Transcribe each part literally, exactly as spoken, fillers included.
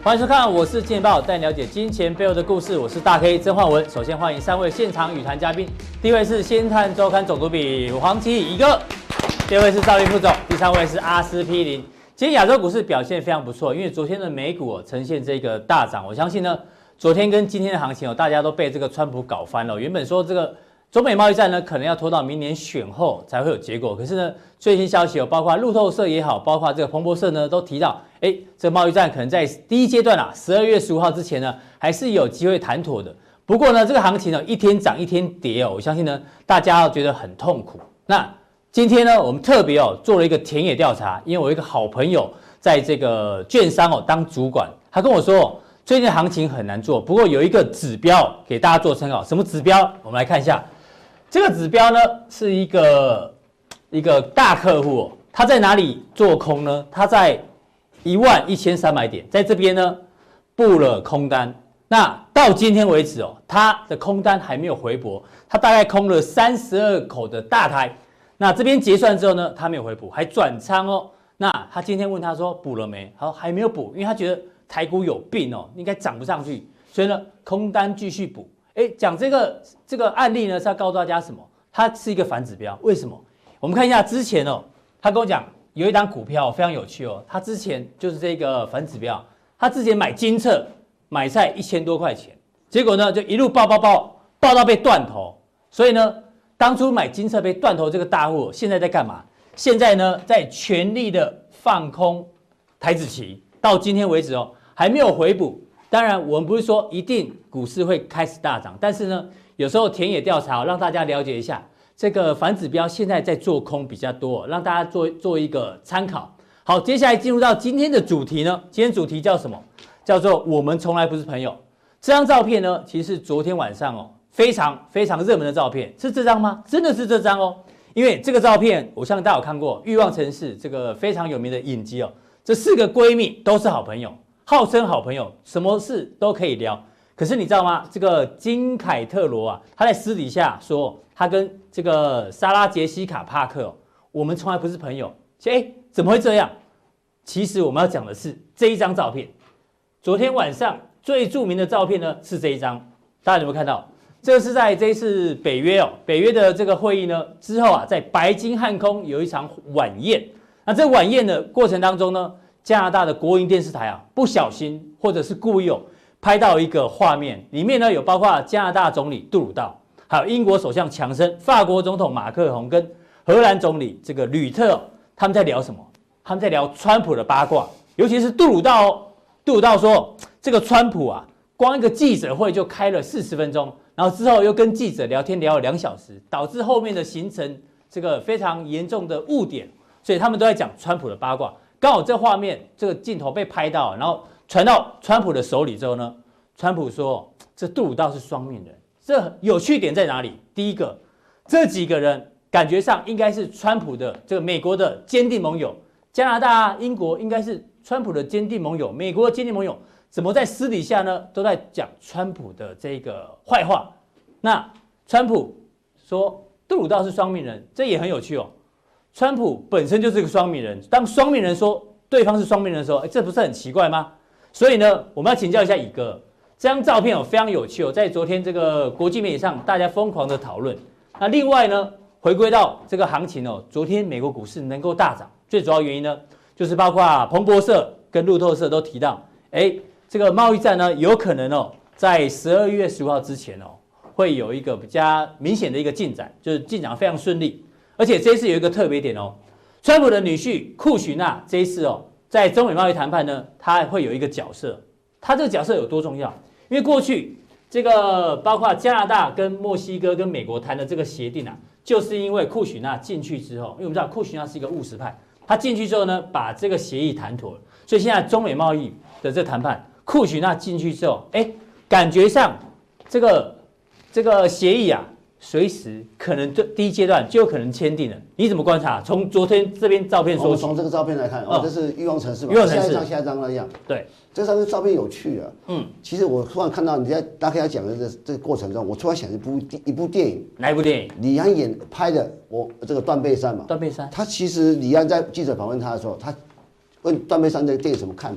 欢迎收看，我是金钱豹，带你了解金钱背后的故事。我是大 K 曾焕文。首先欢迎三位现场语谈嘉宾，第一位是《先探周刊》总主笔黄奇一哥，第二位是赵立副总，第三位是阿司匹林。今天亚洲股市表现非常不错，因为昨天的美股、哦、呈现这个大涨。我相信呢，昨天跟今天的行情哦，大家都被这个川普搞翻了。原本说这个中美贸易战呢，可能要拖到明年选后才会有结果。可是呢，最新消息有包括路透社也好，包括这个彭博社呢，都提到，哎，这个贸易战可能在第一阶段啊，十二月十五号之前呢，还是有机会谈妥的。不过呢，这个行情呢，一天涨一天跌哦，我相信呢，大家觉得很痛苦。那今天呢，我们特别哦做了一个田野调查，因为我有一个好朋友在这个券商哦当主管，他跟我说哦，最近行情很难做，不过有一个指标给大家做参考。什么指标？我们来看一下。这个指标呢是一个一个大客户哦，他在哪里做空呢？他在一万一千三百点，在这边呢布了空单。那到今天为止哦，他的空单还没有回补，他大概空了三十二口的大台。那这边结算之后呢，他没有回补，还转仓哦。那他今天问他说补了没？好，还没有补，因为他觉得台股有病哦，应该涨不上去，所以呢空单继续补。哎，讲这个这个案例呢，是要告诉大家什么？它是一个反指标。为什么？我们看一下之前哦，他跟我讲有一档股票非常有趣哦，他之前就是这个反指标，他之前买金策买在一千多块钱，结果呢就一路爆爆爆爆到被断头。所以呢，当初买金策被断头这个大户，现在在干嘛？现在呢在全力的放空台指期，到今天为止哦还没有回补。当然，我们不是说一定股市会开始大涨，但是呢，有时候田野调查让大家了解一下这个反指标现在在做空比较多，让大家做做一个参考。好，接下来进入到今天的主题呢，今天主题叫什么？叫做我们从来不是朋友。这张照片呢，其实是昨天晚上哦，非常非常热门的照片，是这张吗？真的是这张哦，因为这个照片，我相信大家有看过《欲望城市》这个非常有名的影集哦，这四个闺蜜都是好朋友。号称好朋友，什么事都可以聊。可是你知道吗？这个金凯特罗啊，他在私底下说，他跟这个莎拉杰西卡帕克、哦，我们从来不是朋友。哎，怎么会这样？其实我们要讲的是这一张照片。昨天晚上最著名的照片呢是这一张，大家有没有看到？这个是在这一次北约哦，北约的这个会议呢之后啊，在白金汉宫有一场晚宴。那这晚宴的过程当中呢，加拿大的国营电视台啊，不小心或者是故意哦，拍到一个画面，里面呢有包括加拿大总理杜鲁道，还有英国首相强生、法国总统马克宏跟荷兰总理这个吕特、哦，他们在聊什么？他们在聊川普的八卦，尤其是杜鲁道哦。杜鲁道说，这个川普啊，光一个记者会就开了四十分钟，然后之后又跟记者聊天聊了两小时，导致后面的行程这个非常严重的误点，所以他们都在讲川普的八卦。刚好这画面这个镜头被拍到，然后传到川普的手里之后呢，川普说这杜鲁道是双面人。这有趣点在哪里？第一个，这几个人感觉上应该是川普的这个美国的坚定盟友，加拿大、啊、英国应该是川普的坚定盟友，美国的坚定盟友，怎么在私底下呢都在讲川普的这个坏话？那川普说杜鲁道是双面人，这也很有趣哦。川普本身就是个双面人，当双面人说对方是双面人的时候，这不是很奇怪吗？所以呢，我们要请教一下乙哥，这张照片哦非常有趣哦，在昨天这个国际媒体上，大家疯狂的讨论。那另外呢，回归到这个行情哦，昨天美国股市能够大涨，最主要原因呢，就是包括彭博社跟路透社都提到，哎，这个贸易战呢，有可能哦，在十二月十五号之前哦，会有一个比较明显的一个进展，就是进展非常顺利。而且这一次有一个特别点哦，川普的女婿库许纳这一次哦，在中美贸易谈判呢，他会有一个角色。他这个角色有多重要？因为过去这个包括加拿大跟墨西哥跟美国谈的这个协定啊，就是因为库许纳进去之后，因为我们知道库许纳是一个务实派，他进去之后呢，把这个协议谈妥了，所以现在中美贸易的这个谈判，库许纳进去之后，哎，感觉上这个这个协议啊。随时可能这第一阶段就有可能签订了，你怎么观察？从昨天这边照片说起， 从这个照片来看，哦，这是欲望城市嘛？ 欲望城市， 下一张下一张那样。 对， 这张照片有趣啊。 嗯， 其实我突然看到你在大概讲的这这个过程中，我突然想一部一部电影。 哪一部电影？ 李安演拍的，我这个断背山嘛。 断背山。 他其实李安在记者访问他的时候，他问断背山这个电影什么看法？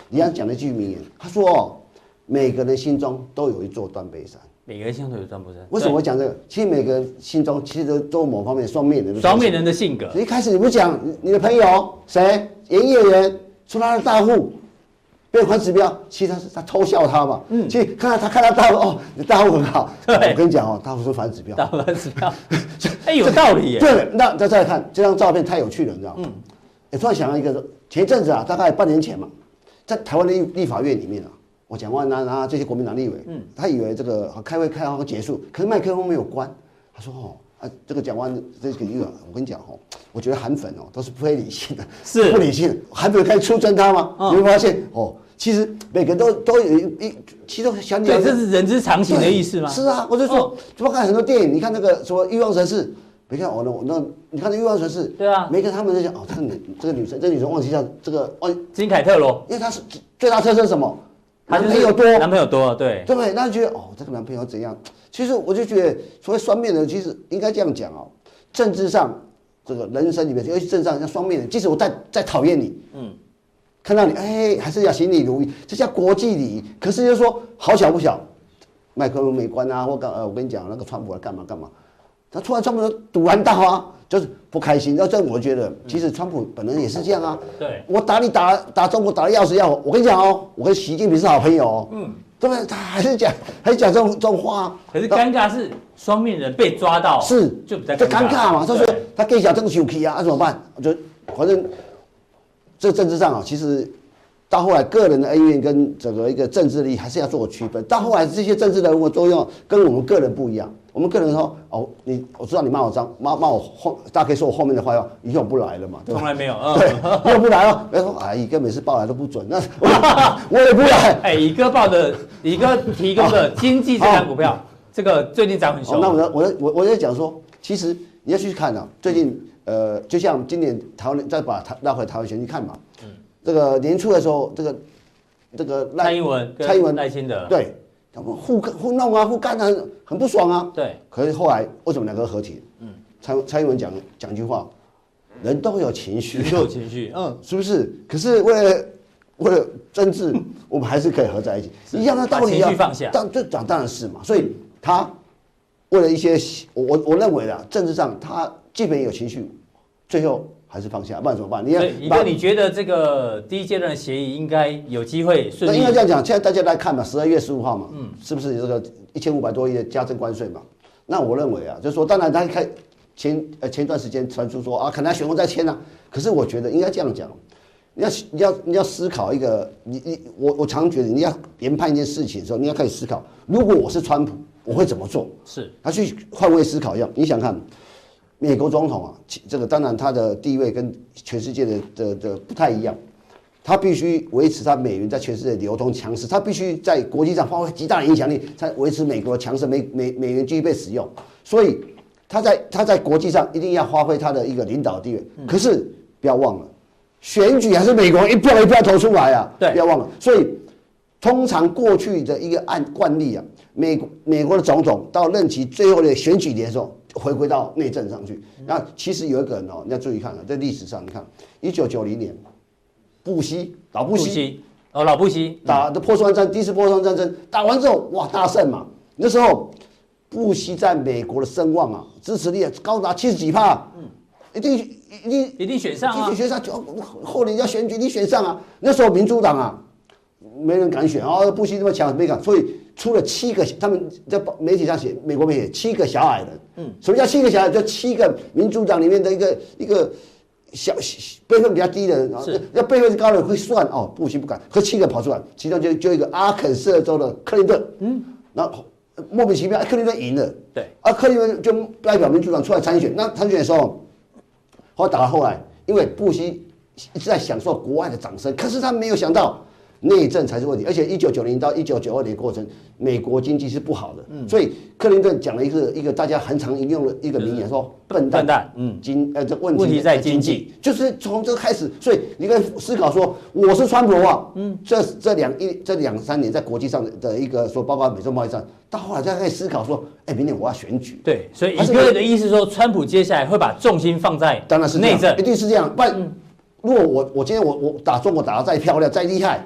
李安讲了一句名言，他说哦，每个人心中都有一座断背山。 每个人心中都有断背山。 为什么我讲这个？其实每个人心中其实都都有某方面双面人的。 双面人的性格。 一开始你不讲你的朋友谁演艺演员说他的大户被还指标，其实他是他偷笑他嘛。嗯，其实看到他看到大户哦，你大户很好。我跟你讲哦，大户是反指标。 大户反指标。哎，有道理耶。 对，那再再来看这张照片太有趣了，你知道吗？嗯。也突然想到一个，前一阵子啊，大概半年前嘛，在台湾的立立法院里面啊，我蒋万安啊这些国民党立委，嗯，他以为这个开会开会结束，可是麦克风没有关，他说哦啊，这个蒋万安这个议员，我跟你讲哦，我觉得韩粉哦都是不非理性的， 是不理性的，韩粉开始出征他吗？嗯、你会发现哦，其实每个人都都有一，其实想起来， 对，这是人之常情的意思吗？ 是啊，我就说，包括很多电影，你看那个什么《欲望城市》。没看我那我那，你看那《欲望城市》， 对啊， 没看他们在讲哦，这个女这个女生，这个女生忘记叫这个忘金凯特罗， 因为她是最大特色是什么？ 男朋友多， 男朋友多，对， 对不对？那就觉得哦，这个男朋友怎样？其实我就觉得，所谓双面人，其实应该这样讲哦，政治上这个人生里面，尤其政治上像双面人，即使我再再讨厌你，嗯，看到你，哎，还是要行礼如仪，这叫国际礼仪。可是就是说，好巧不巧，麦克风没关啊，或干呃，我跟你讲，那个川普来干嘛干嘛。他突然川普赌完到啊，就是不开心。然后这我觉得，其实川普本人也是这样啊。 对， 我打你打打中国打的要死要活。我跟你讲哦，我跟习近平是好朋友哦。嗯，对不对？他还是讲还是讲这种这种话、啊。 可是尴尬是双面人被抓到， 是就比较尴尬, 尬嘛。他说他更想这个手气啊，啊怎么办？我觉得反正这政治上啊，其实。到后来，个人的恩怨跟整个一个政治利益还是要做个区分。到后来，这些政治人物的作用跟我们个人不一样。我们个人说，哦，你我知道你骂我脏，骂骂我后，大家可以说我后面的坏话，以后不来了嘛，对吧？ 从来没有， 对，以后不来了。别说，哎，乙哥每次报来都不准，那我也不来。 哎，乙哥报的，乙哥提供的经济这张股票，这个最近涨很凶。 那我我我我在讲说，其实你要去看啊，最近呃，就像今年台湾再把台拉回台湾选去看嘛。嗯。这个年初的时候，这个这个蔡英文、 蔡英文、 赖清德， 对，他们互互弄啊，互干啊，很不爽啊。 对。可是后来为什么两个合体？嗯，蔡蔡英文讲讲句话，人都有情绪， 都有情绪，嗯， 是不是？可是为了为了政治，我们还是可以合在一起，一样的道理啊。 情绪放下， 当这讲当然是嘛。所以他为了一些我我我认为的政治上，他即便有情绪，最后。还是放下，不然怎么办？你要一个，你觉得这个第一阶段的协议应该有机会顺利？ 应该这样讲，现在大家来看嘛，十二月十五号嘛，嗯，是不是有这个一千五百多亿的加征关税嘛？那我认为啊，就是说，当然他开前呃前段时间传出说啊，可能选后再签啊，可是我觉得应该这样讲，你要你要你要思考一个，你你我我常觉得你要研判一件事情的时候，你要开始思考，如果我是川普，我会怎么做？ 是， 他去换位思考一样，你想看。美国总统啊，这个当然他的地位跟全世界的的的不太一样，他必须维持他美元在全世界流通强势，他必须在国际上发挥极大的影响力，才维持美国的强势，美美美元继续被使用。所以他在他在国际上一定要发挥他的一个领导地位。可是不要忘了，选举还是美国一票一票投出来啊， 对， 不要忘了。所以通常过去的一个按惯例啊，美国美国的总统到任期最后的选举年的时候。回归到内政上去，那其实有一个人哦，你要注意看啊，在历史上，你看一九九零年，布希老布希哦，老布希打的波斯湾战，第一次波斯湾战争打完之后，哇，大胜嘛。那时候布希在美国的声望啊，支持率高达七十几趴，嗯，一定一定一定选上啊， 一定选上，后年要选举，一定选上啊。那时候民主党啊，没人敢选哦，布希这么强，没敢，所以。出了七个，他们在媒体上写，美国媒体七个小矮人。嗯，什么叫七个小矮人？就七个民主党里面的一个一个小辈分比较低的人，要辈分高的会算哦，不行不敢，和七个跑出来，其中就就一个阿肯色州的克林顿。嗯，然后莫名其妙，克林顿赢了。 对， 而克林顿就代表民主党出来参选，那参选的时候，后来打到后来，因为布希一直在享受国外的掌声，可是他没有想到。内政才是问题，而且一九九零到一九九二年过程，美国经济是不好的，嗯、所以克林顿讲了一个一个大家很常引用的一个名言，说笨蛋， 笨蛋，嗯， 经呃这问题问题在经济， 就是从这个开始，所以你可以思考说，我是川普啊，嗯，这这两一这两三年在国际上的一个说，包括美中贸易战，到后来大家可以思考说，哎，明年我要选举， 对，所以一个的意思说，川普接下来会把重心放在当然是内政， 一定是这样，不然、嗯、如果我我今天我我打中国打得再漂亮再厉害。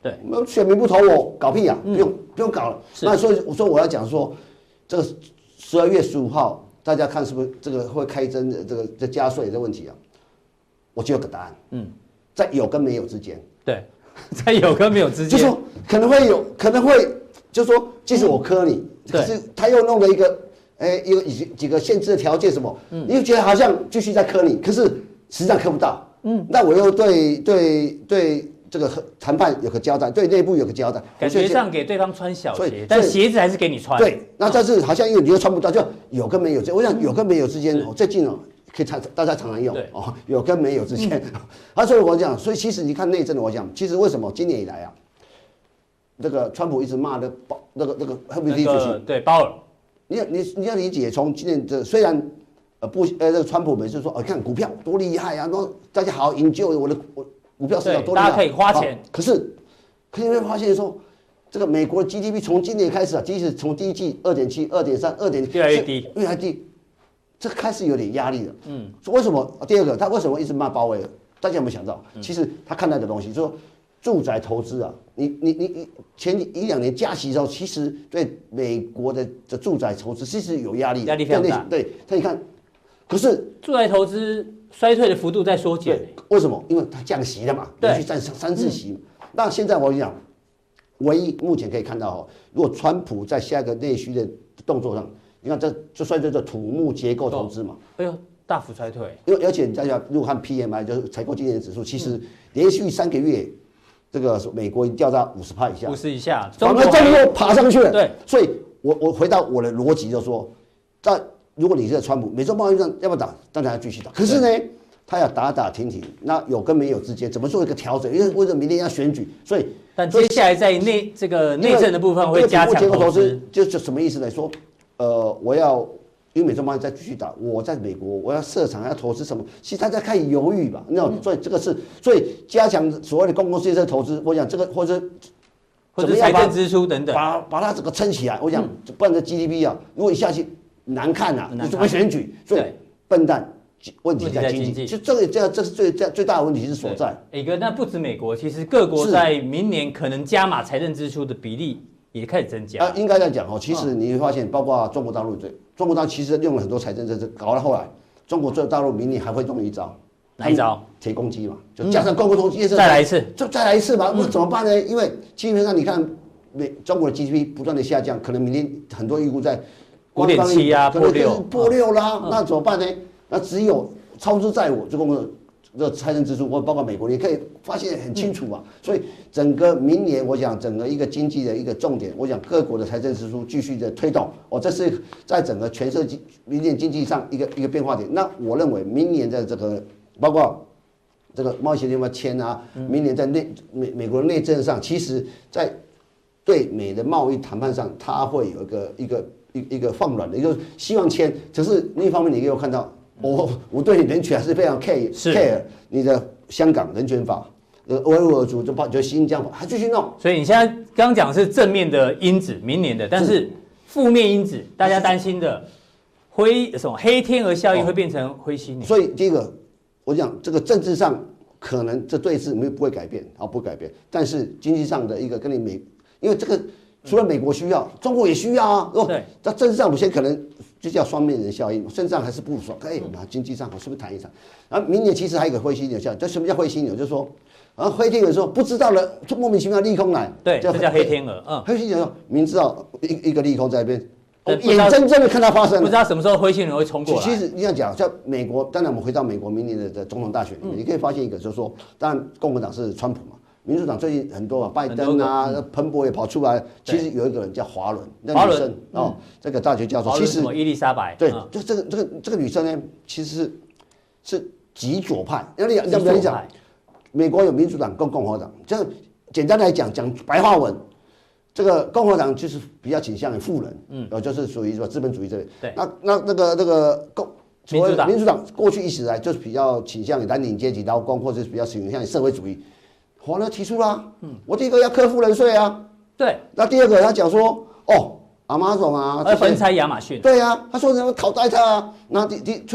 对， 选民不投我，搞屁啊！不用不用搞了。那所以我说我要讲说，这个十二月十五号，大家看是不是这个会开征这个这加税的问题啊？我就有个答案。嗯，在有跟没有之间。 对，在有跟没有之间。 就说可能会有，可能会，就说即使我磕你，可是他又弄了一个，哎，一个几几个限制的条件什么，你就觉得好像继续在磕你，可是实际上磕不到。嗯，那我又对对对这个谈判有个交代，对内部有个交代， 感觉上给对方穿小鞋，但鞋子还是给你穿。 对，那但是好像因为你又穿不到，就有跟没有。我想有跟没有之间，最近哦可以常大家常常用哦，有跟没有之间。啊，所以我讲，所以其实你看内政的，我讲，其实为什么今年以来啊，这个川普一直骂的鲍那个那个赫比利主席， 对鲍尔， 你你你要理解，从今年的虽然。呃不，呃，这个川普每次说，哦，看股票多厉害啊，说大家好好研究我的我股票市场多厉害， 大家可以花钱。 可是，可是你会发现说，这个美国的 G D P 从今年开始啊，即使从第一季二点七、二点三、二点越来越低， 越来越低，这开始有点压力了。嗯，为什么？第二个，他为什么一直骂鲍威尔？大家有没有想到？其实他看到的东西，就说住宅投资啊，你你你你前一两年加息的时候，其实对美国的的住宅投资其实有压力， 压力非常大。 对，他你看。可是住宅投资衰退的幅度在缩减， 为什么？因为它降息了嘛，连续降三次息嘛。嗯、那现在我跟你讲，唯一目前可以看到哦，如果川普在下一个内需的动作上，你看这就衰退的土木结构投资嘛， 哎呦，大幅衰退。 因为而且大家如果看 P M I 就是采购经理指数，其实连续三个月，这个美国已经掉到五十趴以下， 五十以下， 反而中国爬上去了。 对， 所以我我回到我的逻辑就说，在。如果你是川普，美洲贸易战要不要打？当然要继续打。可是呢，他要打打停停，那有跟没有之间怎么做一个调整？因为为了明年要选举，所以但接下来在内这个内政的部分会加强投资， 就就什么意思呢？说呃，我要因为美洲贸易再继续打，我在美国我要设厂要投资什么？其实大家开始犹豫吧，那、嗯、所以这个是所以加强所谓的公共建设投资，我想这个或者或者财政支出等等， 把把它这个撑起来。我想不然的 G D P 啊，如果一下去。难看呐、啊，你怎么选举？所以笨蛋问题在经济，就这个这样，这是最最最大的问题是所在。 一个那不止美国，其实各国在明年可能加码财政支出的比例也开始增加。 啊，应该这样讲哦。其实你会发现，包括中国大陆对，中国大陆其实用了很多财政政策，搞到后来，中国大陆明年还会用一招， 哪一招？ 铁公鸡嘛，就加上公共投资， 再来一次， 就再来一次嘛。那怎么办呢？因为基本上你看，美中国的 G D P 不断的下降，可能明年很多预估在。 五点七啊，破六， 破六啦，嗯、那怎么办呢？那只有超支在我这个这财政支出，我包括美国，你可以发现很清楚啊。嗯、所以整个明年，我想整个一个经济的一个重点，我想各国的财政支出继续的推动，哦，这是在整个全社经明年经济上一个一个变化点。那我认为明年的这个包括这个贸易协定要签啊，明年在内美美国的内政上，其实在对美的贸易谈判上，它会有一个一个。一个放软的，就是希望签，只是另一方面，你给我看到，我我对你人权还是非常 care care 你的香港人权法，呃，维吾尔族就包就新疆法，还继续弄。 所以你现在刚刚讲的是正面的因子，明年的，但是负面因子，大家担心的灰什么黑天鹅效应会变成灰犀牛。 所以第一个，我讲这个政治上可能这对峙没不会改变，啊，不会改变，但是经济上的一个跟你美，因为这个。除了美国需要，中国也需要啊。哦，在政治上有些可能就叫双面人效应，甚至上还是不爽。哎，那经济上我是不是谈一场？然后明年其实还有一个灰犀牛效应，这什么叫灰犀牛？就是说，然后灰天鹅说不知道了，莫名其妙利空来， 对，这叫黑天鹅。嗯， 黑犀牛明知道一一个利空在那边，眼睁睁的看它发生， 不知道什么时候灰犀牛会冲过来。 其实你要讲，像美国，当然我们回到美国明年的的总统大选里面，你可以发现一个，就是说，当然共和党是川普嘛。民主党最近很多嘛，拜登啊，彭博也跑出来。其实有一个人叫华伦，那女生哦，这个大学教授，其实伊丽莎白， 对，就这个这个这个女生呢，其实是是极左派。要你要不要讲？美国有民主党跟共和党，这样简单来讲，讲白话文，这个共和党就是比较倾向于富人，嗯，呃，就是属于什么资本主义这类。 对， 那那那个那个共。民主党，民主党过去一直来就是比较倾向于蓝领阶级、劳工，或者是比较倾向于社会主义。华伦提出啦，嗯，我第一个要课富人税啊， 对， 那第二个他讲说，哦，亚马逊啊， 要分拆亚马逊， 对啊，他说什么讨债他啊，那第第，所以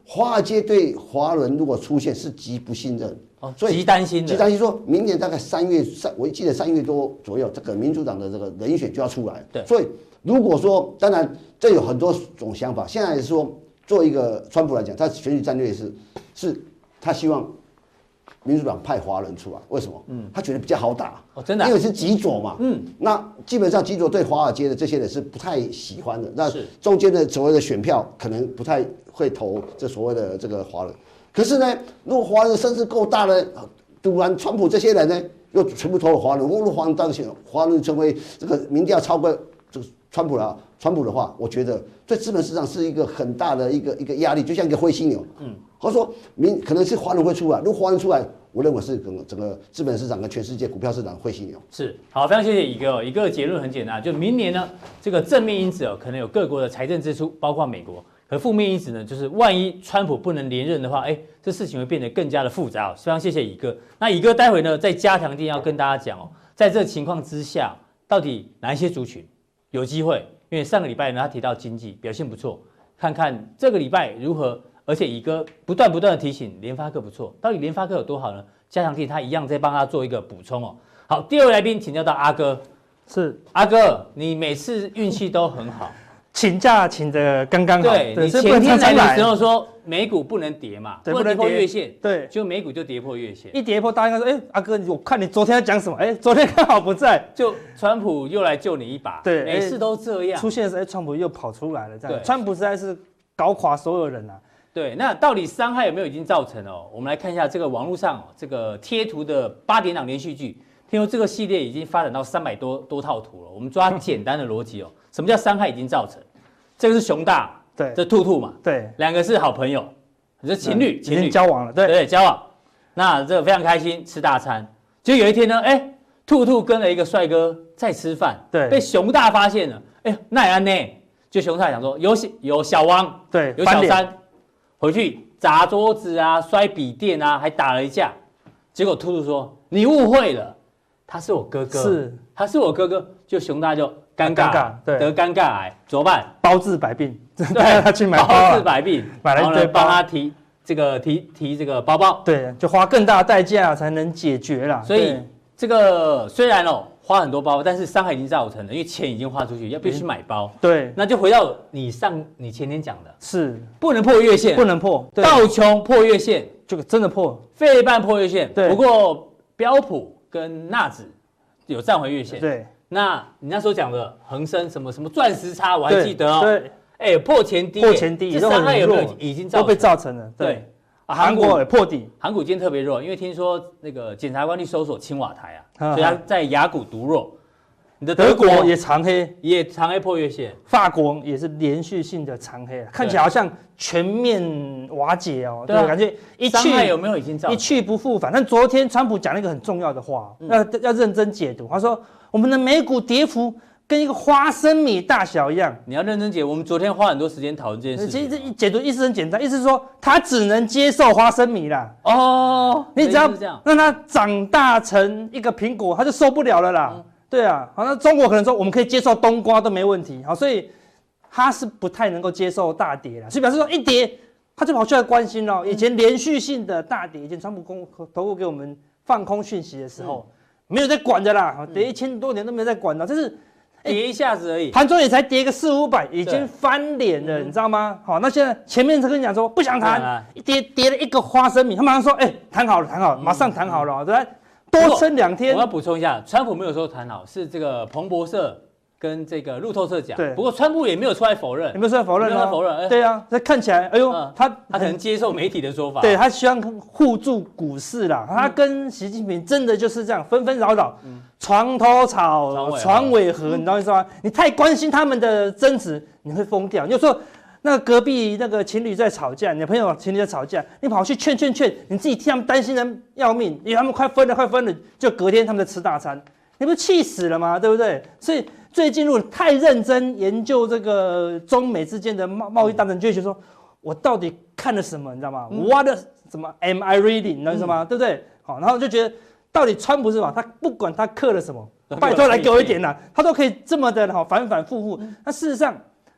华尔街对华伦如果出现是极不信任， 哦，所以极担心的， 极担心说明年大概三月三，我记得三月多左右，这个民主党的这个人选就要出来。 对， 所以如果说，当然这有很多种想法，现在是说做一个川普来讲，他选举战略是是，他希望。民主党派华人出来，为什么？嗯，他觉得比较好打哦，真的、啊， 因为是极左嘛。嗯，那基本上极左对华尔街的这些人是不太喜欢的。那中间的所谓的选票可能不太会投这所谓的这个华人。可是呢，如果华人声势够大呢，突然川普这些人呢又全部投了华人，如果华人当选，华人成为这个民调超过这个川普了，川普的话，我觉得对资本市场是一个很大的一个一个压力，就像一个灰犀牛。嗯。或者说民可能是华人会出来，如果华人出来，我认为是整个整个资本市场跟全世界股票市场会犀牛。 是，好，非常谢谢一个一个结论很简单，就明年呢，这个正面因子哦，可能有各国的财政支出，包括美国；可负面因子呢，就是万一川普不能连任的话，哎，这事情会变得更加的复杂哦。非常谢谢乙哥。那乙哥待会呢，在加强定要跟大家讲哦，在这情况之下，到底哪一些族群有机会？因为上个礼拜呢，他提到经济表现不错，看看这个礼拜如何。而且乙哥不断不断的提醒联发科不错，到底联发科有多好呢？加强定他一样在帮他做一个补充哦。好，第二位来宾请教到阿哥， 是阿哥，你每次运气都很好， 请假请的刚刚好。 对，你前天来的时候说美股不能跌嘛，不能跌破月线， 对， 就美股就跌破月线， 一跌破大家说，哎，阿哥，我看你昨天要讲什么？哎，昨天刚好不在， 就川普又来救你一把， 对， 每次都这样。 出现的时候，哎，川普又跑出来了，这样，川普实在是搞垮所有人啊。 对，那到底伤害有没有已经造成哦？我们来看一下这个网络上、哦、这个贴图的八点档连续剧，听说这个系列已经发展到三百多多套图了。我们抓简单的逻辑哦，什么叫伤害已经造成？这个是熊大， 对， 这兔兔嘛， 对， 两个是好朋友，这情侣，情侣交往了，对对，交往。那这个非常开心，吃大餐。就有一天呢，哎，兔兔跟了一个帅哥在吃饭， 对， 被熊大发现了，哎，那也安呢？就熊大想说，有有小王， 对， 有小三。回去砸桌子啊，摔笔电啊，还打了一架。结果兔兔说：“你误会了，他是我哥哥， 是他是我哥哥。”就熊大就尴尬， 啊、 对，得尴尬癌，怎么办？ 包治百病， 对， 他去买包包治百病， 买了一堆包， 帮他提这个提提这个包包， 对，就花更大的代价才能解决啦。 所以这个虽然哦。花很多包，但是伤害已经造成了，因为钱已经花出去，要必须买包。 对， 那就回到你上你前天讲的， 是不能破月线， 不能破。 道琼破月线， 这个真的破。 费半破月线， 对。 不过标普跟纳指有站回月线。 对。 那你那时候讲的恒生什么什么钻石差，我还记得哦。 对。 哎，破前低， 破前低， 这伤害有没有已经造都被造成了？对。韩国也破底， 韩股今天特别弱，因为听说那个检察官去搜索青瓦台啊，所以它在亚股独弱。你的德国也长黑， 也长黑破月线， 法国也是连续性的长黑，看起来好像全面瓦解哦。对，感觉一去有没有已经造一去不复返？但昨天川普讲了一个很重要的话，要要认真解读。他说我们的美股跌幅跟一个花生米大小一样。 你要认真解，我们昨天花很多时间讨论这件事情。 其实这解读意思很简单，意思是说他只能接受花生米啦。 哦， 你只要让它长大成一个苹果，他就受不了了啦。嗯对啊，好，那中国可能说我们可以接受冬瓜都没问题，好，所以他是不太能够接受大跌了，所以表示说一跌他就跑出来关心了。以前连续性的大跌，以前川普公投顾给我们放空讯息的时候，嗯、没有在管的啦，跌一千多年都没有在管的，这是跌一下子而已， 盘中也才跌个四五百，已经翻脸了，你知道吗？好，那现在前面才跟你讲说不想谈，一跌跌了一个花生米，他马上说哎谈好了谈好了，马上谈好了，对不对？多撑两天。 我要补充一下，川普没有说谈好，是这个彭博社跟这个路透社讲。 对。 不过川普也没有出来否认， 也没有出来否认， 没有否认。 对啊，这看起来，哎呦， 嗯、 他他可能接受媒体的说法。 对，他希望护住股市啦。他跟习近平真的就是这样纷纷扰扰，嗯、床头吵，床尾和，你知道意思吗？你太关心他们的争执，你会疯掉。你就说。那个隔壁那个情侣在吵架，你的朋友情侣在吵架，你跑去劝劝劝，你自己替他们担心的要命，因为他们快分了，快分了，就隔天他们在吃大餐，你不是气死了吗？对不对？所以最近如果太认真研究这个中美之间的贸贸易大战，就会觉得说，我到底看了什么，你知道吗、嗯、？What 什么 am I reading？ 你知道意思吗？嗯、对不对？好，然后就觉得到底川普是吧？他不管他刻了什么，拜托来给我一点啦，他都可以这么的好反反复复。那事实上。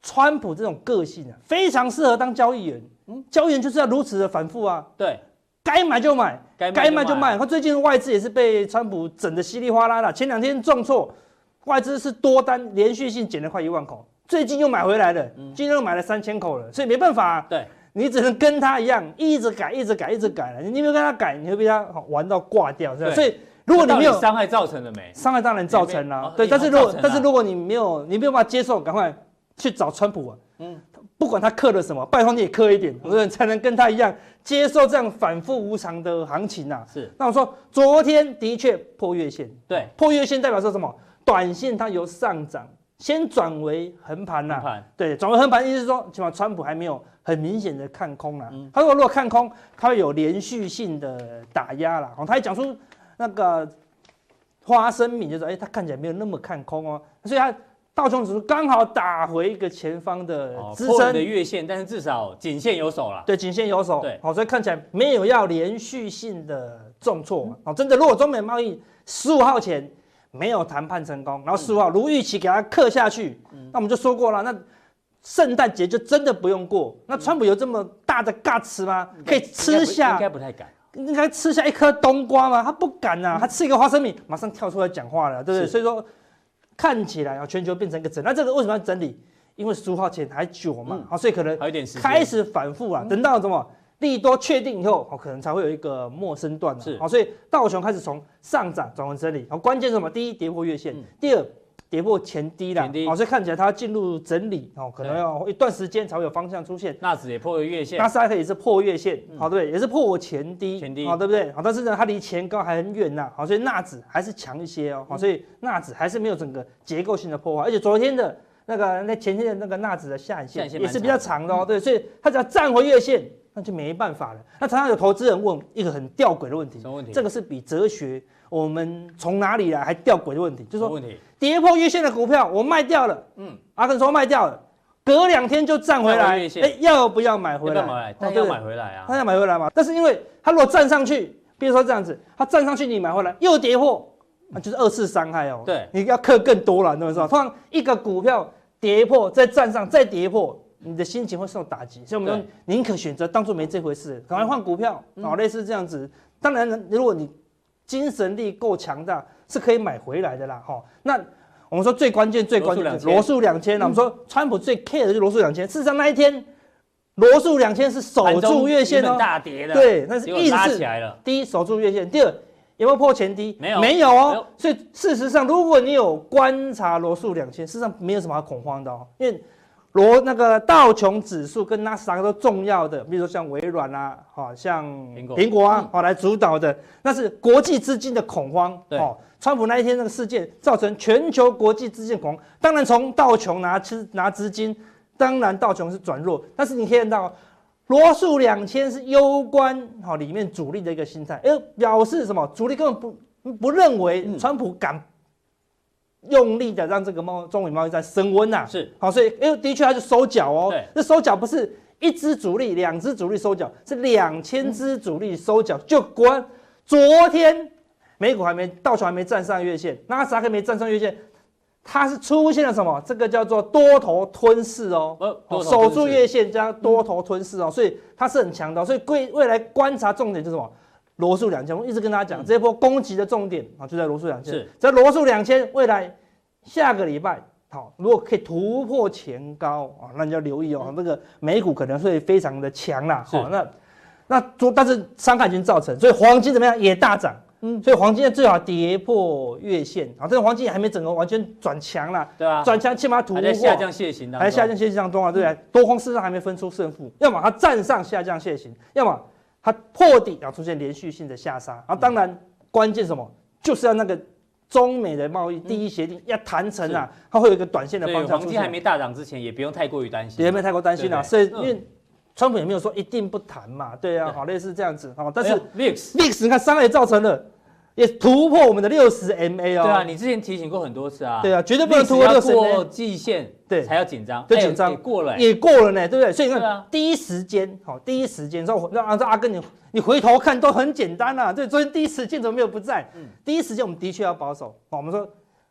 川普这种个性啊，非常适合当交易员。嗯，交易员就是要如此的反复啊。 对， 该买就买，该卖就卖。他最近外资也是被川普整得稀里哗啦的，前两天重挫，外资是多单连续性减了快一万口，最近又买回来了，嗯、今天又买了三千口了，所以没办法、啊。 对。 你只能跟他一样，一直改，一直改，一直改了。你没有跟他改，你会被他玩到挂掉，所以，如果你没有伤害造成了没？ 伤害当然造成了、啊，对。但是如果但是如果你没有，你没有办法接受，赶快去找川普啊。嗯，不管他刻了什么，拜托你也刻一点，嗯、才能跟他一样接受这样反复无常的行情啊。 是。 那我说，昨天的确破月线， 对， 破月线代表说什么？短线它由上涨先转为横盘啦。对，转为横盘，意思是说，起码川普还没有很明显的看空啦。嗯、他说如果看空，他会有连续性的打压啦。哦，他还讲出那个花生米，就是哎、欸，他看起来没有那么看空哦，所以他道琼指数刚好打回一个前方的支撑、哦、 的月线，但是至少颈线有手了。 对，颈线有手。 对， 好、哦，所以看起来没有要连续性的重挫。嗯、哦，真的，如果中美贸易十五号前没有谈判成功，然后十五号如预期给它刻下去，嗯、那我们就说过了，那圣诞节就真的不用过。那川普有这么大的 guts 吗？可以吃下？ 应该不太敢。 应该吃下一颗冬瓜吗？他不敢呐、啊，他吃一个花生米，马上跳出来讲话了，对不对？所以说看起来啊，全球变成一个整，那这个为什么要整理？因为十五号前还久嘛，好、嗯，所以可能开始反复啊，等到什么利多确定以后，可能才会有一个末升段是，好，所以道琼开始从上涨转为整理，好，关键是什么？第一，跌破月线；嗯、第二，跌破前低啦，好，所以看起来它进入整理，哦，可能要一段时间才会有方向出现。 纳指也破了月线， 纳斯达克也是破月线，好，对不对？也是破前低， 前低， 好，对不对？好，但是呢，它离前高还很远呐，好，所以纳指还是强一些哦，好，所以纳指还是没有整个结构性的破坏，而且昨天的那个那前天的那个纳指的下影线也是比较长的哦，对，所以它只要站回月线，那就没办法了。那常常有投资人问一个很吊诡的问题， 什么问题？ 这个是比哲学我们从哪里来还吊诡的问题，就是说跌破月线的股票我卖掉了，嗯，阿根说卖掉了，隔两天就站回来，哎、欸，要不要买回来？ 要买回来，要买回来啊， 他要买回来嘛。但是因为他如果站上去，比如说这样子，他站上去你买回来又跌破，那就是二次伤害哦。 对， 你要克更多了，你懂我意思吗？通常一个股票跌破再站上再跌破，你的心情会受打击，所以我们宁可选择当作没这回事，赶快换股票，嗯、哦，类似这样子。当然，如果你精神力够强大，是可以买回来的啦，哈、哦。那我们说最关键、最关键的罗素两千，我们说川普最 care 的就是罗素两千。事实上那一天，罗素两千是守住月线哦， 大跌的， 对，那是一直拉起来了。 第一，守住月线；第二，有没有破前低？ 没有， 没有哦。所以事实上，如果你有观察罗素两千，事实上没有什么好恐慌的哦，因为罗那个道琼指数跟纳斯达克都重要的，比如说像微软啊，好像苹果啊，好、嗯、来主导的，那是国际资金的恐慌。对，哦，川普那一天那个事件造成全球国际资金恐慌，当然从道琼拿资拿资金，当然道琼是转弱，但是你可以看到罗素两千是攸关好里面主力的一个心态，哎，表示什么？主力根本不不认为川普敢用力的让这个贸中美贸易战升温呐， 是好，所以哎，的确他就收脚哦。对，这收脚不是一支主力、两支主力收脚，是两千支主力收脚。就关昨天美股还没道琼还没站上月线，纳斯达克没站上月线，它是出现了什么？这个叫做多头吞噬哦，呃，守住月线加多头吞噬哦，所以它是很强的。所以未未来观察重点就是什么？罗素两千，我一直跟大家讲，嗯、这一波攻击的重点啊，就在罗素两千。是，在罗素两千，未来下个礼拜，好，如果可以突破前高啊，那你要留意哦，嗯、那个美股可能会非常的强啦。好，那那做，但是伤害已经造成，所以黄金怎么样也大涨。嗯，所以黄金最好跌破月线啊，这个黄金还没整个完全转强啦， 对啊， 转强起码突破， 还在下降楔形当中， 还在下降楔形当中啊，对不对？多空市场还没分出胜负，要么它站上下降楔形，要么它破底，然后出现连续性的下杀，然后当然关键什么，就是要那个中美的贸易第一协定要谈成啊，它会有一个短线的方向。 黄金还没大涨之前，也不用太过于担心， 也没有太过担心啦，所以因为川普也没有说一定不谈嘛，对啊，好类似这样子，好，但是 V I X V I X 你看伤害造成了。也突破我们的六十 M A 哦。 对啊，你之前提醒过很多次啊。 对啊，绝对不能突破六十 M A。 过季线，对，才要紧张， 对，紧张、 也过了， 也过了呢，对不对？所以你看，啊、第一时间，好，第一时间，说让阿根你你回头看都很简单啦、啊。对，昨天第一时间怎么没有不在？嗯、第一时间我们的确要保守，好，我们说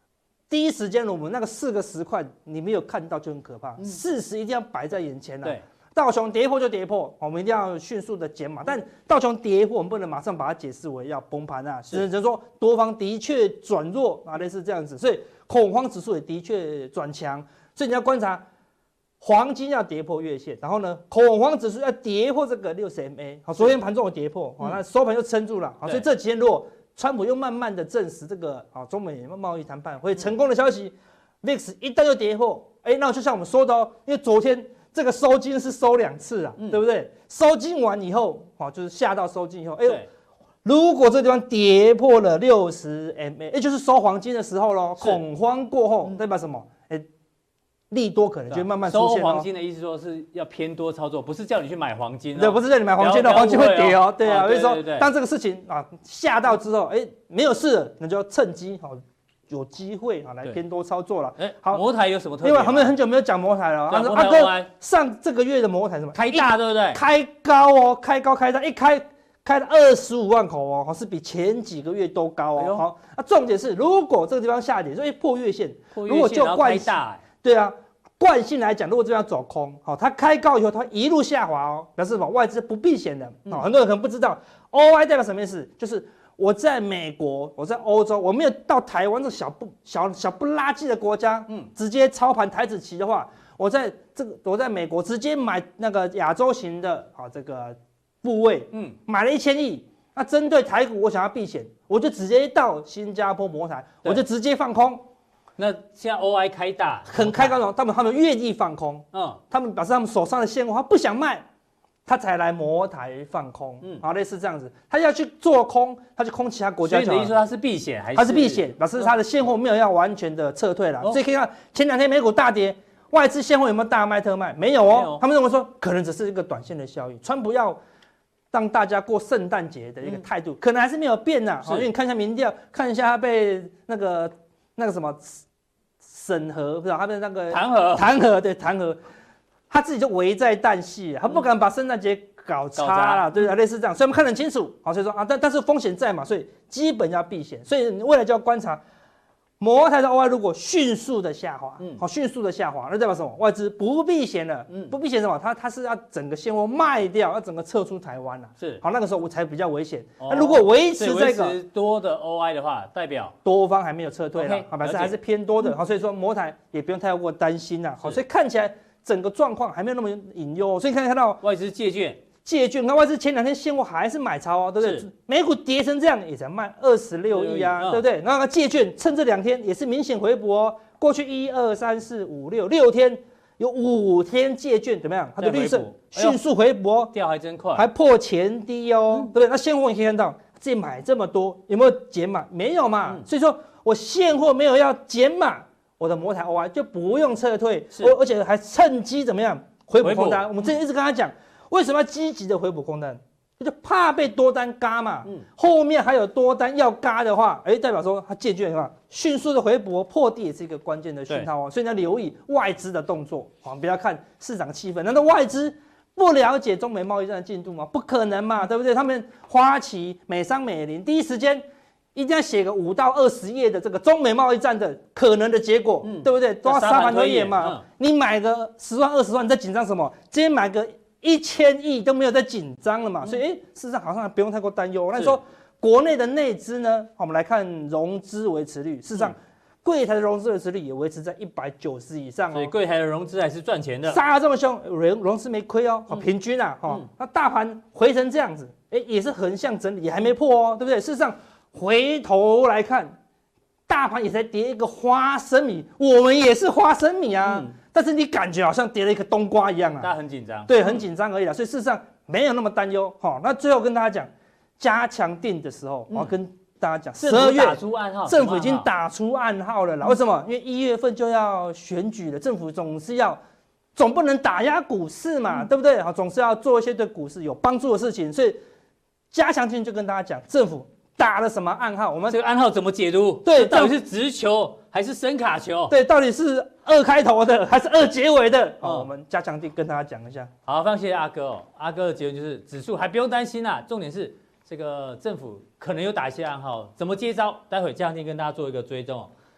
第一时间我们那个四个十块，你没有看到就很可怕，事实一定要摆在眼前了。 对。 道琼跌破就跌破，我们一定要迅速的减码。但道琼跌破，我们不能马上把它解释为要崩盘啊，只能说多方的确转弱啊，类似这样子。所以恐慌指数也的确转强，所以你要观察黄金要跌破月线，然后呢，恐慌指数要跌破这个六十 M A。好，昨天盘中有跌破，好，那收盘又撑住了。好，所以这几天如果川普又慢慢的证实这个啊中美贸易谈判会成功的消息 ，V I X 一旦又跌破，哎，那就像我们说的哦，因为昨天。这个收金是收两次啊，嗯、对不对？收金完以后，好，就是下到收金以后，哎呦，如果这地方跌破了六十 M A， 也就是收黄金的时候咯，恐慌过后，代表什么？哎，利多可能就慢慢出现。 收黄金的意思说是要偏多操作，不是叫你去买黄金、哦， 对，不是叫你买黄金的，黄金会跌哦，对啊，所以说当这个事情啊下到之后，哎，没有事了，那就要趁机好。有机会啊，来偏多操作了。 哎，好，摩台有什么特别？ 另外，他们很久没有讲摩台了。 讲阿哥，上这个月的摩台什么？ 开大，对不对？ 开高哦，开高开大，一开开了二十五万口哦，是比前几个月都高哦。好，那重点是，如果这个地方下跌，所以破月线，如果就惯性，对啊，惯性来讲，如果这样走空，好，它开高以后，它一路下滑哦，表示什么？外资不避险的。哦，很多人可能不知道 ，O I 代表什么意思？就是我在美国，我在欧洲，我没有到台湾这小不小小不拉几的国家，嗯，直接操盘台指期的话，我在这个我在美国直接买那个亚洲型的啊这个部位，嗯，买了一千亿，那针对台股我想要避险，我就直接到新加坡摩台，我就直接放空。 那现在 O I 开大， 很开高，他们他们愿意放空，嗯，他们表示他们手上的现货他不想卖。他才来摩台放空，嗯，好，类似这样子，他要去做空，他去空其他国家。 所以你的意思说他是避险还是？ 他是避险，表示他的现货没有要完全的撤退了。哦、所以可以看前两天美股大跌，外资现货有没有大卖特卖？没有哦，有他们认为说可能只是一个短线的效应。川普要让大家过圣诞节的一个态度，嗯、可能还是没有变呐。好，因为你看一下民调，看一下他被那个那个什么审核，不知道他被那个弹劾， 弹劾对弹劾。他自己就危在旦夕，他不敢把圣诞节搞差了，对不对？类似这样，所以我们看得很清楚。好，所以说啊，但但是风险在嘛，所以基本要避险。所以你未来就要观察摩台的 O I 如果迅速的下滑，嗯，好，迅速的下滑，那代表什么？外资不避险了，嗯，不避险什么？他他是要整个现货卖掉，要整个撤出台湾了，是。好，那个时候我才比较危险。那、哦、如果维持这个多的 O I 的话，代表多方还没有撤退了，好，表示还是偏多的。好，所以说摩台也不用太过担心了。好，所以看起来。整个状况还没有那么隐忧，所以可以看到外资借券， 借券，那外资前两天现货还是买超哦，对不对？美股跌成这样也才卖二十六亿啊，对不对？那个借券趁这两天也是明显回补哦，过去一二三四五六六天有五天借券怎么样？它的绿色迅速回补哦， 掉还真快， 还破前低哦，嗯、对不对？那现货你可以看到自己买这么多，有没有减码？没有嘛，嗯、所以说我现货没有要减码。我的摩台 O I 就不用撤退，而且还趁机怎么样回补空单？我们之前一直跟他讲，为什么要积极的回补空单？就怕被多单嘎嘛。嗯，后面还有多单要嘎的话，哎，代表说他借券的话，迅速的回补破地也是一个关键的讯号哦。所以你要留意外资的动作，啊，不要看市场气氛。难道外资不了解中美贸易战的进度吗？不可能嘛，对不对？他们花旗、美商、美林第一时间。一定要写个五到二十页的这个中美贸易战的可能的结果，嗯、对不对？都要沙盘推演嘛。嗯、你买个十万、二十万，你在紧张什么？今天买个一千亿都没有在紧张了嘛。嗯、所以，哎，事实上好像不用太过担忧。那你说国内的内资呢？我们来看融资维持率，事实上，嗯、柜台的融资维持率也维持在一百九十以上哦。 所以柜台的融资还是赚钱的， 杀得这么凶，融融资没亏哦，嗯、平均啊，哈、哦。嗯、那大盘回成这样子，哎，也是横向整理，也还没破哦，对不对？事实上。回头来看，大盘也才跌一个花生米，我们也是花生米啊，嗯、但是你感觉好像跌了一个冬瓜一样啊， 大家很紧张， 对，很紧张而已啦，所以事实上没有那么担忧。好，那最后跟大家讲，加强定的时候，我要跟大家讲，十二月政府已经打出暗号了啦。为什么？因为一月份就要选举了，政府总是要，总不能打压股市嘛，嗯、对不对？好，总是要做一些对股市有帮助的事情，所以加强定就跟大家讲，政府。打了什么暗号？我们这个暗号怎么解读？ 对， 到底是直球还是深卡球？ 对，到底是二开头的还是二结尾的？哦，哦我们加强地跟大家讲一下。 好，非常谢谢阿哥哦。阿哥的结论就是指数还不用担心啦，重点是这个政府可能有打一些暗号，怎么接招？待会加强地跟大家做一个追踪哦。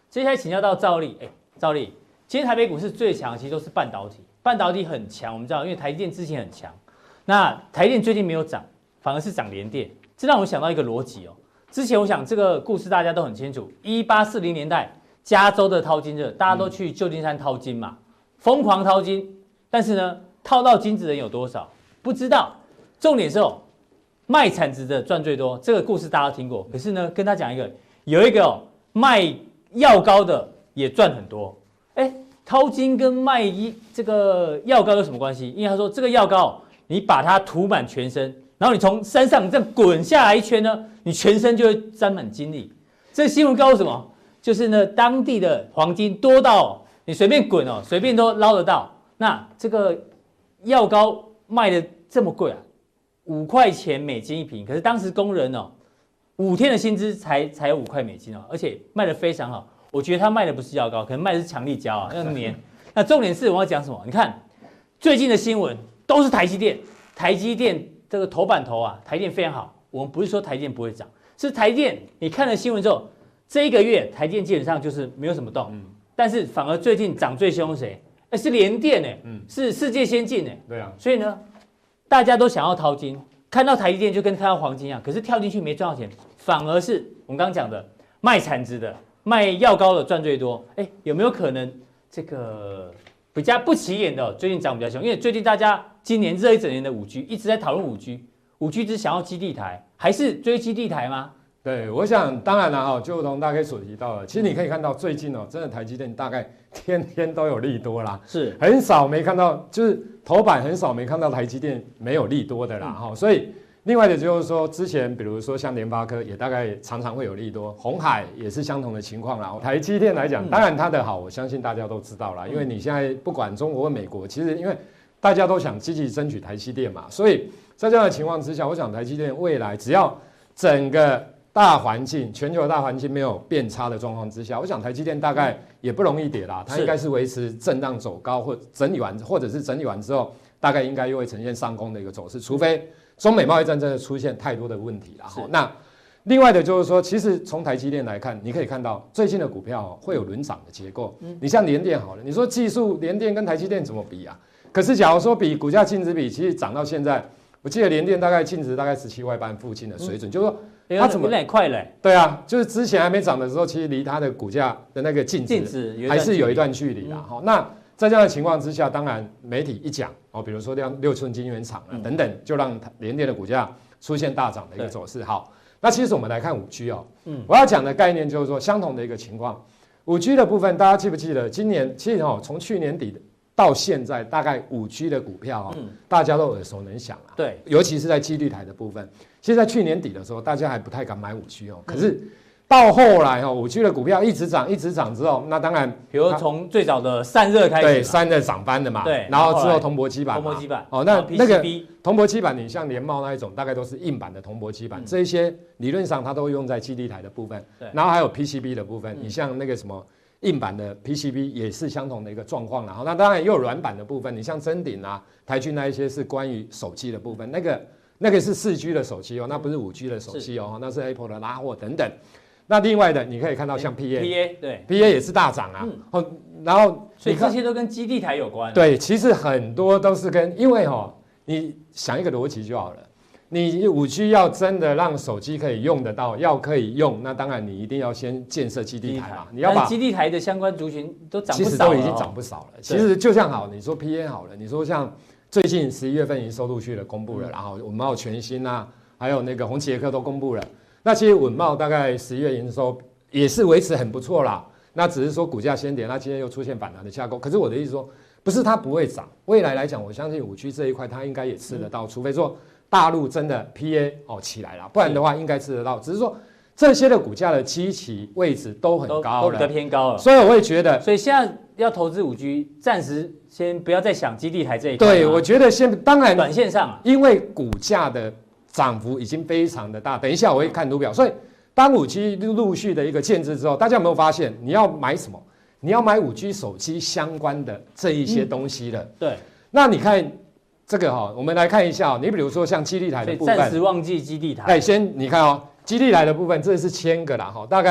接下来请教到赵丽，哎，赵丽，今天台北股市最强，其实都是半导体，半导体很强，我们知道，因为台积电之前很强，那台电最近没有涨，反而是涨联电，这让我想到一个逻辑哦。之前我想这个故事大家都很清楚，一八四零年代加州的淘金热，大家都去旧金山淘金嘛，疯狂淘金，但是呢，套到金子的人有多少？不知道。重点是哦，卖产值的赚最多，这个故事大家都听过。可是呢，跟他讲一个，有一个哦卖药膏的也赚很多。哎，淘金跟卖一这个药膏有什么关系？因为他说这个药膏，你把它涂满全身，然后你从山上这样滚下来一圈呢，你全身就会沾满金粒。这个新闻告诉什么？就是呢，当地的黄金多到你随便滚哦，随便都捞得到。那这个药膏卖的这么贵啊，五块钱美金一瓶。可是当时工人哦，五天的薪资才才五块美金哦，而且卖的非常好。我觉得他卖的不是药膏，可能卖的是强力胶啊，那个粘。那重点是我要讲什么？你看最近的新闻都是台积电，台积电这个头版头啊，台积电非常好。我们不是说台积电不会涨，是台积电你看了新闻之后，这一个月台积电基本上就是没有什么动，嗯、但是反而最近涨最凶是谁？哎，是联电哎，嗯、是世界先进哎， 对啊。 所以呢，大家都想要淘金，看到台积电就跟看到黄金一样，可是跳进去没赚到钱，反而是我们刚刚讲的卖产值的。卖药膏的赚最多，哎，有没有可能这个比较不起眼的、哦、最近涨比较凶？因为最近大家今年热一整年的五 G 一直在讨论五 G， 五 G 只想要基地台，还是追基地台吗？ 对，我想当然了哈，就如同大概所提到的，其实你可以看到最近哦，真的台积电大概天天都有利多啦， 是很少没看到，就是头版很少没看到台积电没有利多的啦哈、嗯，所以。另外的就是说，之前比如说像联发科也大概常常会有利多，鸿海也是相同的情况啦。台积电来讲，当然它的好，我相信大家都知道啦，因为你现在不管中国或美国，其实因为大家都想积极争取台积电嘛，所以在这样的情况之下，我想台积电未来只要整个大环境、全球的大环境没有变差的状况之下，我想台积电大概也不容易跌啦，它应该是维持震荡走高或整理完，或者是整理完之后，大概应该又会呈现上攻的一个走势，除非。中美贸易战真的出现太多的问题了。那另外的就是说，其实从台积电来看，你可以看到最近的股票会有轮涨的结构。嗯、你像联电好了，你说技术联电跟台积电怎么比啊？可是假如说比股价净值比，其实涨到现在，我记得联电大概净值大概十七块半附近的水准，嗯、就是说它怎么有点快嘞？ 对啊，就是之前还没涨的时候，其实离它的股价的那个净值还是有一段距离啦。好、嗯，那。在这样的情况之下，当然媒体一讲哦，比如说像六寸晶圆厂啊等等，就让联电的股价出现大涨的一个走势。好，那其实我们来看五 G 哦，嗯，我要讲的概念就是说相同的一个情况。五 G 的部分，大家记不记得今年其实哦，从去年底到现在，大概五 G 的股票哦，嗯、大家都耳熟能详啊。 对， 尤其是在基地台的部分，其实在去年底的时候，大家还不太敢买五 G 哦，可是。嗯到后来哦，五 G 的股票一直涨，一直涨之后，那当然， 比如从最早的散热开始， 对，散热涨翻的嘛， 对， 然后之后铜箔基板， 铜箔基板， 哦，那那个铜箔基板，你像联茂那一种，大概都是硬板的铜箔基板，这一些理论上它都用在基地台的部分，对，然后还有 P C B 的部分，你像那个什么硬板的 P C B 也是相同的一个状况，然后那当然也有软板的部分，你像臻鼎啊、台骏那一些是关于手机的部分，那个那个是四 G 的手机哦，那不是五 G 的手机哦，那是 Apple 的拉货等等。那另外的，你可以看到像 P A，P A 对 ，P A 也是大涨啊。嗯、哦，然后所以这些都跟基地台有关。 对，其实很多都是跟，因为哦，你想一个逻辑就好了。你五 G 要真的让手机可以用得到，要可以用，那当然你一定要先建设基地台嘛。你要把基地台的相关族群都涨不少了、哦， 其实都已经涨不少了。其实就像好，你说 P A 好了，你说像最近十一月份营收陆续的公布了，嗯、然后我们还有全新啊，还有那个宏捷科都公布了。那其实稳懋大概十一月营收也是维持很不错啦，那只是说股价先跌，那今天又出现反弹的架构。可是我的意思说，不是它不会涨，未来来讲，我相信五 G 这一块它应该也吃得到，嗯、除非说大陆真的 P A 哦起来了，不然的话应该吃得到。只是说这些的股价的基期位置都很高了， 都比较偏高了， 所以我会觉得， 所以现在要投资五 G， 暂时先不要再想基地台这一块。 对，我觉得先当然短线上， 因为股价的涨幅已经非常的大，等一下我会看图表，所以当五 G 陆续的一个建制之后，大家有没有发现，你要买什么？你要买五 G 手机相关的这一些东西了。嗯、对，那你看这个哈，我们来看一下，你比如说像基地台的部分， 暂时忘记基地台。 哎，先你看哦，基地台的部分，这是千个啦哈，大概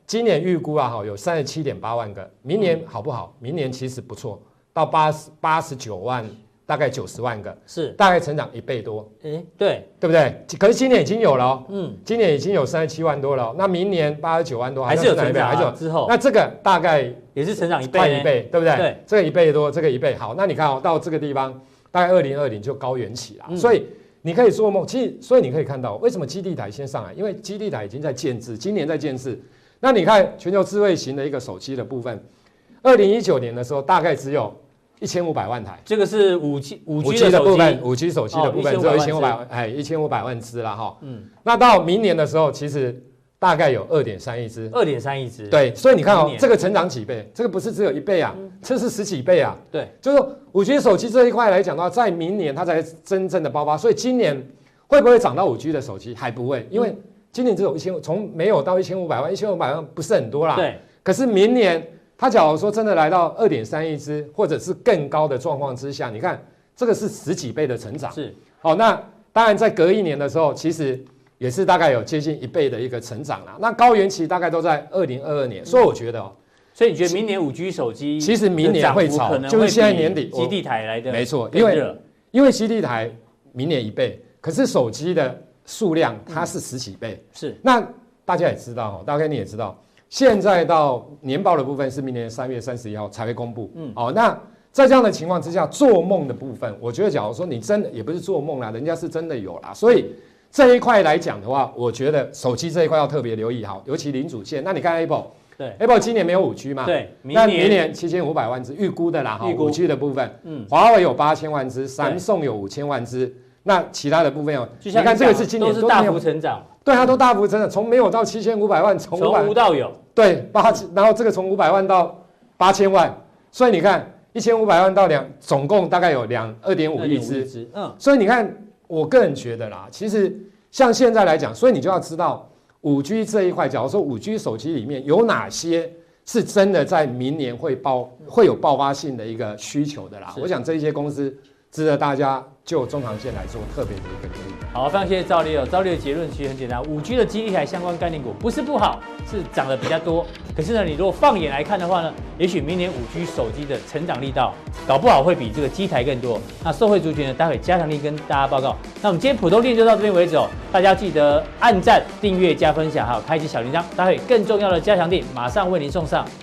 今年预估啊，哈，有三十七点八万个，明年好不好？明年其实不错，到八十八十九万，大概九十万个， 是大概成长一倍多。 哎，对， 对不对？可是今年已经有了、哦， 嗯， 今年已经有三十七万多了、哦，那明年八十九万多， 还是有成长、啊， 还是有之后， 那这个大概也是成长一倍， 快一倍，对不对？ 对， 这个一倍多，这个一倍好。那你看哦，到这个地方，大概二零二零就高原期了、嗯，所以你可以做梦。其实，所以你可以看到，为什么基地台先上来？因为基地台已经在建制，今年在建制。那你看全球智慧型的一个手机的部分，二零一九年的时候大概只有一千五百万台， 这个是五 G 五 G G 的部分，五 G 手机的部分只有一千五百万，哎，一千五百万只了哈。嗯，那到明年的时候，其实大概有二点三亿只， 二点三亿只。 对，所以你看哦，这个成长几倍？这个不是只有一倍啊，嗯、这是十几倍啊。 对， 就是五 G 手机这一块来讲的话，在明年它才真正的爆发，所以今年会不会涨到五 G 的手机还不会，因为今年只有一千，从没有到一千五百万，一千五百万不是很多啦。 对， 可是明年。它假如说真的来到二点三亿只，或者是更高的状况之下，你看这个是十几倍的成长。 是， 好，那当然在隔一年的时候，其实也是大概有接近一倍的一个成长啦。那高原期大概都在二零二二年，嗯、所以我觉得哦， 所以你觉得明年五 G 手机其实明年会炒，就是现在年底基地台来的没错，因为因为基地台明年一倍，可是手机的数量它是十几倍。 嗯、是， 那大家也知道哦，大概你也知道。现在到年报的部分是明年三月三十一号才会公布，嗯，哦，那在这样的情况之下，做梦的部分，我觉得假如说你真的也不是做梦啦，人家是真的有啦，所以这一块来讲的话，我觉得手机这一块要特别留意好，尤其零组件。那你看 Apple， 对 ，Apple 今年没有五 G 嘛， 对，明那明年七千五百万只预估的啦，哈，五 G 的部分，嗯，华为有八千万只，三星有五千万只，那其他的部分哦， 你看这个是今年都是大幅成长。 对，它都大幅成长，从没有到七千五百万， 从无到有。 对，八，然后这个从五百万到八千万，所以你看一千五百万到两，总共大概有两二点五亿只。嗯，所以你看，我个人觉得啦，其实像现在来讲，所以你就要知道五 G 这一块，假如说五 G 手机里面有哪些是真的在明年会爆会有爆发性的一个需求的啦。我想这些公司值得大家就中长线来做特别的一个留意。 好，非常谢谢赵力哦。赵力的结论其实很简单，五 G 的基地台相关概念股不是不好，是涨得比较多。可是呢，你如果放眼来看的话呢，也许明年五 G 手机的成长力道，搞不好会比这个机台更多。那受惠族群呢，待会加强力跟大家报告。那我们今天普通店就到这边为止哦，大家记得按赞、订阅、加分享，还有开启小铃铛。待会更重要的加强力马上为您送上。